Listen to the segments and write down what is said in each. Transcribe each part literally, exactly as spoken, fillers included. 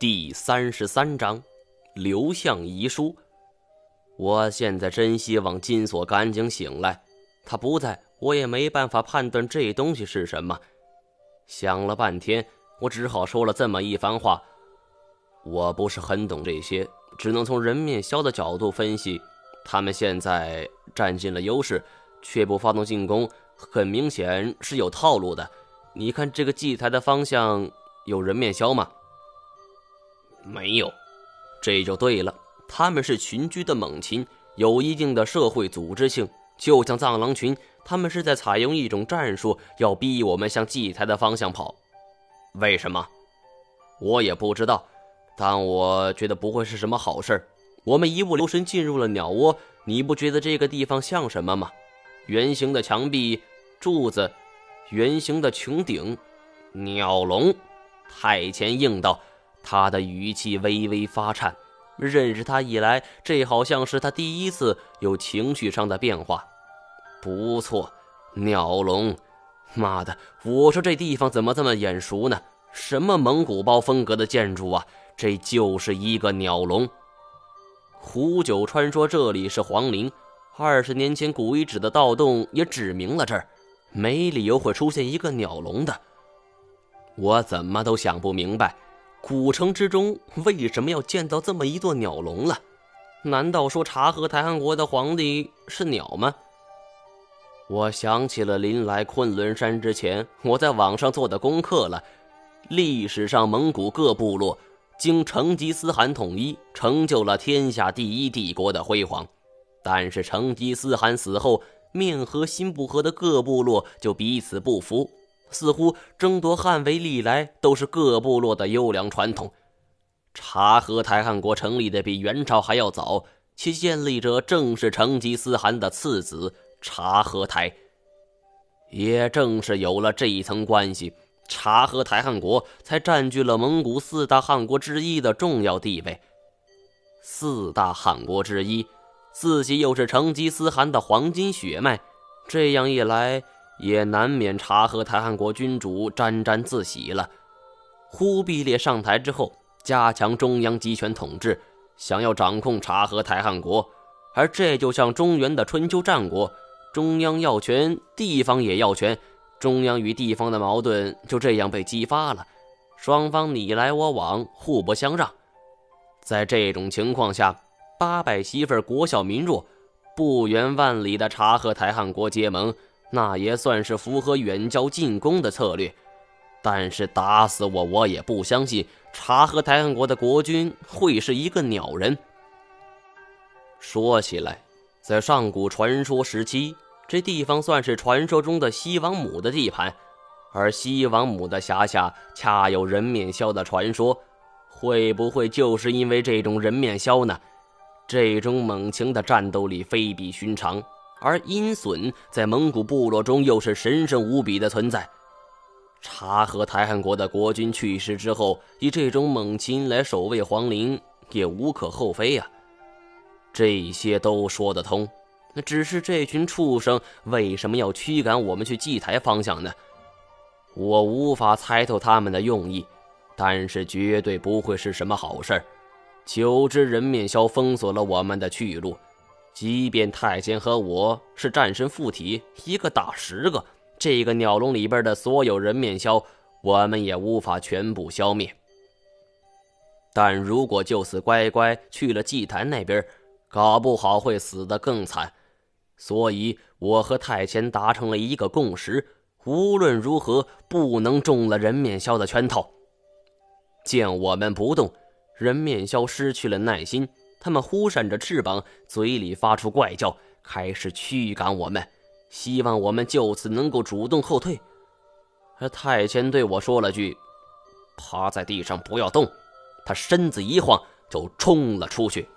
第三十三章刘向遗书。我现在真希望金锁赶紧醒来，他不在，我也没办法判断这东西是什么。想了半天，我只好说了这么一番话。我不是很懂这些，只能从人面鸮的角度分析，他们现在占尽了优势，却不发动进攻，很明显是有套路的。你看这个祭台的方向有人面鸮吗？没有。这就对了，他们是群居的猛禽，有一定的社会组织性，就像藏狼群，他们是在采用一种战术，要逼我们向祭台的方向跑。为什么？我也不知道，但我觉得不会是什么好事。我们一不留神进入了鸟窝，你不觉得这个地方像什么吗？圆形的墙壁、柱子，圆形的穹顶，鸟笼。太前应道，他的语气微微发颤。认识他以来，这好像是他第一次有情绪上的变化。不错，鸟笼。妈的，我说这地方怎么这么眼熟呢？什么蒙古包风格的建筑啊？这就是一个鸟笼。胡九川说这里是皇陵，二十年前古遗址的盗洞也指明了这儿，没理由会出现一个鸟笼的。我怎么都想不明白，古城之中为什么要建造这么一座鸟笼了？难道说察合台汗国的皇帝是鸟吗？我想起了临来昆仑山之前我在网上做的功课了。历史上蒙古各部落经成吉思汗统一，成就了天下第一帝国的辉煌。但是成吉思汗死后，面和心不和的各部落就彼此不服，似乎争夺汉位历来都是各部落的优良传统。察合台汗国成立的比元朝还要早，其建立者正是成吉思汗的次子察合台。也正是有了这一层关系，察合台汗国才占据了蒙古四大汗国之一的重要地位。四大汗国之一，自己又是成吉思汗的黄金血脉，这样一来也难免察合台汗国君主沾沾自喜了。忽必烈上台之后，加强中央集权统治，想要掌控察合台汗国，而这就像中原的春秋战国，中央要权，地方也要权，中央与地方的矛盾就这样被激发了，双方你来我往，互不相让。在这种情况下，八百媳妇国小民弱，不远万里的察合台汗国结盟，那也算是符合远交近攻的策略。但是打死我我也不相信察合台汗国的国君会是一个鸟人。说起来，在上古传说时期，这地方算是传说中的西王母的地盘，而西王母的辖下恰有人面鸮的传说，会不会就是因为这种人面鸮呢？这种猛禽的战斗力非比寻常，而阴隼在蒙古部落中又是神圣无比的存在。察合台汗国的国君去世之后，以这种猛禽来守卫皇陵也无可厚非啊。这些都说得通，那只是这群畜生为什么要驱赶我们去祭台方向呢？我无法猜透他们的用意，但是绝对不会是什么好事。九只人面鸮封锁了我们的去路，即便太监和我是战神附体，一个打十个，这个鸟笼里边的所有人面鸮我们也无法全部消灭。但如果就此乖乖去了祭坛那边，搞不好会死得更惨。所以我和太监达成了一个共识，无论如何不能中了人面鸮的圈套。见我们不动，人面鸮失去了耐心，他们忽扇着翅膀，嘴里发出怪叫，开始驱赶我们，希望我们就此能够主动后退。而太监对我说了句：“趴在地上不要动。”他身子一晃就冲了出去。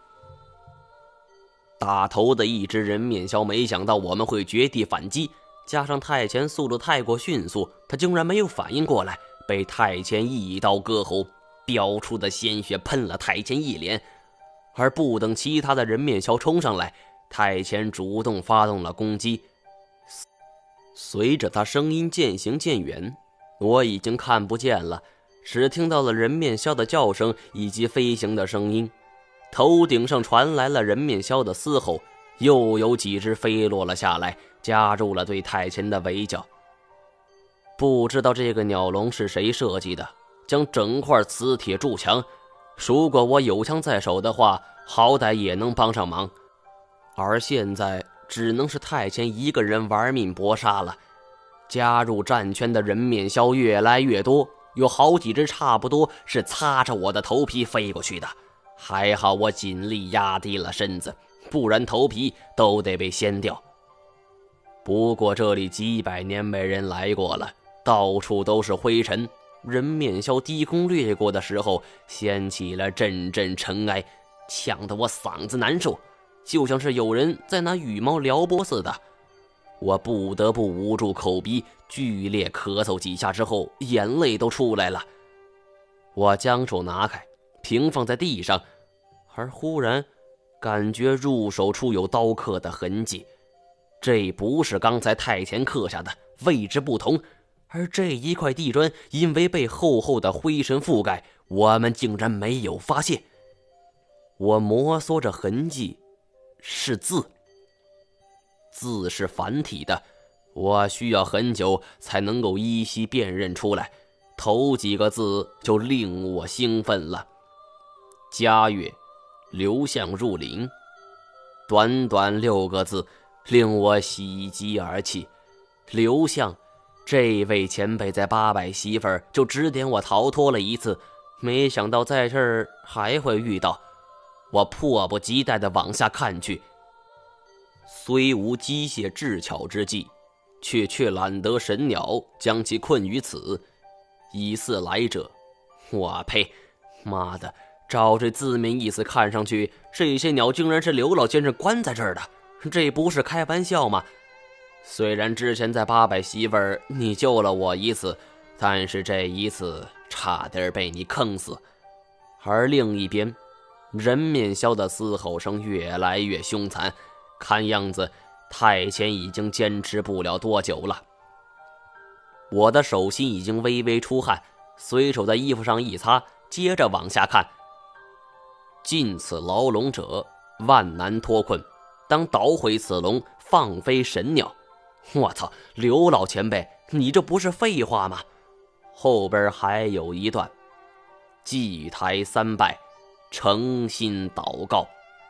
打头的一只人面鸮没想到我们会绝地反击，加上太监速度太过迅速，他竟然没有反应过来，被太监一刀割喉，飙出的鲜血喷了太监一脸。而不等其他的人面鸮冲上来，太监主动发动了攻击。随着他声音渐行渐远，我已经看不见了， 只听到了人面鸮的叫声以及飞行的声音，头顶上传来了人面鸮的嘶吼，又有几只飞落了下来，加入了对太前的围剿。不知道这个鸟笼是谁设计的，将整块磁铁筑墙，如果我有枪在手的话，好歹也能帮上忙。而现在只能是太前一个人玩命搏杀了。加入战圈的人面鸮越来越多，有好几只差不多是擦着我的头皮飞过去的，还好我尽力压低了身子，不然头皮都得被掀掉。不过这里几百年没人来过了，到处都是灰尘，人面鸮低空掠过的时候掀起了阵阵尘埃，呛得我嗓子难受，就像是有人在拿羽毛撩拨似的。我不得不捂住口鼻，剧烈咳嗽几下之后，眼泪都出来了。我将手拿开，平放在地上，而忽然感觉入手处有刀刻的痕迹，这不是刚才太前刻下的，位置不同。而这一块地砖因为被厚厚的灰尘覆盖，我们竟然没有发现。我摩挲着痕迹，是字。字是繁体的，我需要很久才能够依稀辨认出来，头几个字就令我兴奋了。嘉悦，刘向入林。短短六个字令我喜极而泣。刘向这位前辈在八百媳妇儿就指点我逃脱了一次，没想到在这儿还会遇到。我迫不及待地往下看去，虽无机械智巧之技，却却懒得神鸟将其困于此，以似来者。我呸！妈的，照这字面意思看上去，这些鸟竟然是刘老先生关在这儿的，这不是开玩笑吗？虽然之前在八百媳妇儿你救了我一次，但是这一次差点被你坑死。而另一边，人面鸮的嘶吼声越来越凶残，看样子太前已经坚持不了多久了。我的手心已经微微出汗，随手在衣服上一擦，接着往下看。进此牢笼者，万难脱困，当捣毁此笼，放飞神鸟。我操，刘老前辈，你这不是废话吗？后边还有一段，祭台三拜，诚心祷告。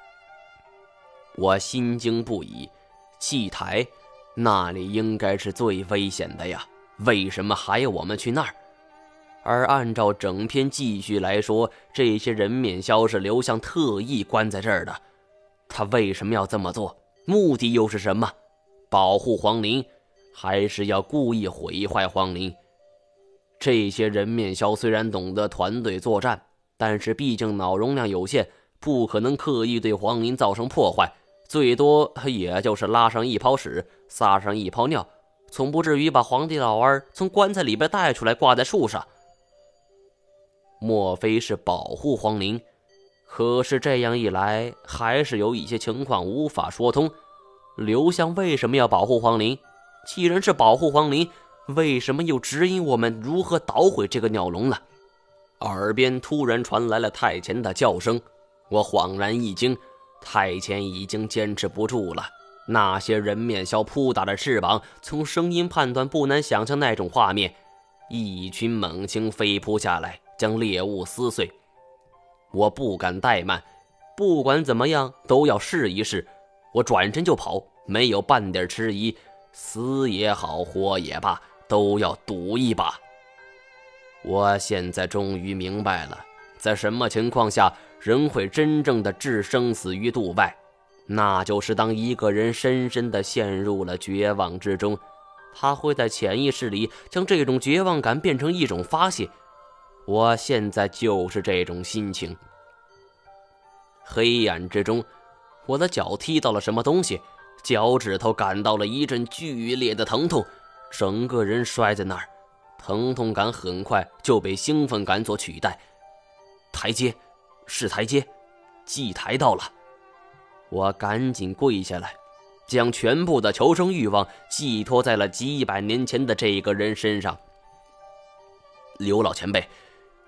我心惊不已，祭台那里应该是最危险的呀，为什么还要我们去那儿？而按照整篇记叙来说，这些人面鸮是刘向特意关在这儿的，他为什么要这么做？目的又是什么？保护皇陵，还是要故意毁坏皇陵？这些人面鸮虽然懂得团队作战，但是毕竟脑容量有限，不可能刻意对皇陵造成破坏，最多也就是拉上一泡屎，撒上一泡尿，总不至于把皇帝老儿从棺材里边带出来挂在树上。莫非是保护皇陵？可是这样一来，还是有一些情况无法说通。刘向为什么要保护皇陵？既然是保护皇陵，为什么又指引我们如何捣毁这个鸟笼呢？耳边突然传来了太前的叫声，我恍然一惊，太前已经坚持不住了。那些人面鸮扑打着翅膀，从声音判断不难想象那种画面，一群猛禽飞扑下来，将猎物撕碎。我不敢怠慢，不管怎么样都要试一试。我转身就跑，没有半点迟疑，死也好，活也罢，都要赌一把。我现在终于明白了，在什么情况下人会真正的置生死于度外，那就是当一个人深深的陷入了绝望之中，他会在潜意识里将这种绝望感变成一种发泄。我现在就是这种心情。黑暗之中，我的脚踢到了什么东西，脚趾头感到了一阵剧烈的疼痛，整个人摔在那儿，疼痛感很快就被兴奋感所取代。台阶，是台阶，祭台到了。我赶紧跪下来，将全部的求生欲望寄托在了几百年前的这个人身上。刘老前辈，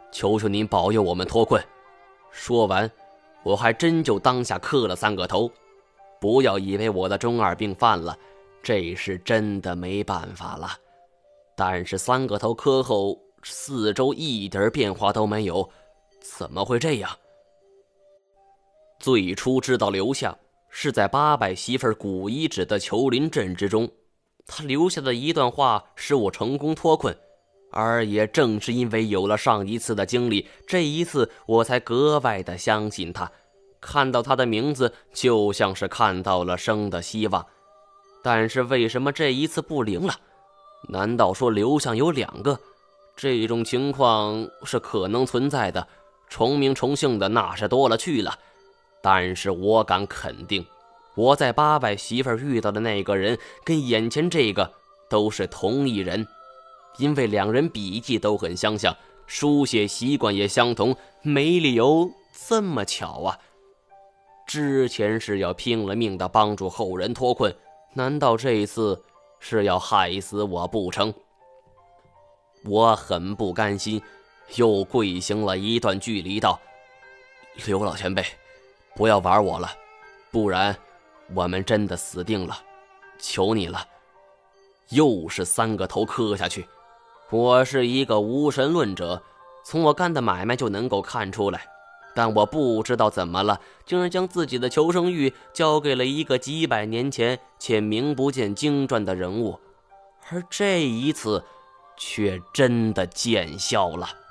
求求您保佑我们脱困。说完，我还真就当下磕了三个头。不要以为我的中二病犯了，这是真的没办法了。但是三个头磕后，四周一点变化都没有，怎么会这样？最初知道刘向是在八百媳妇古遗址的求林阵之中，他留下的一段话使我成功脱困，而也正是因为有了上一次的经历，这一次我才格外的相信他。看到他的名字，就像是看到了生的希望。但是为什么这一次不灵了？难道说刘向有两个？这种情况是可能存在的，重名重姓的那是多了去了。但是我敢肯定，我在八百媳妇遇到的那个人跟眼前这个都是同一人，因为两人笔迹都很相像，书写习惯也相同，没理由这么巧啊。之前是要拼了命的帮助后人脱困，难道这一次是要害死我不成？我很不甘心，又跪行了一段距离道：刘老前辈，不要玩我了，不然我们真的死定了，求你了。又是三个头磕下去。我是一个无神论者，从我干的买卖就能够看出来，但我不知道怎么了，竟然将自己的求生欲交给了一个几百年前且名不见经传的人物，而这一次却真的见效了。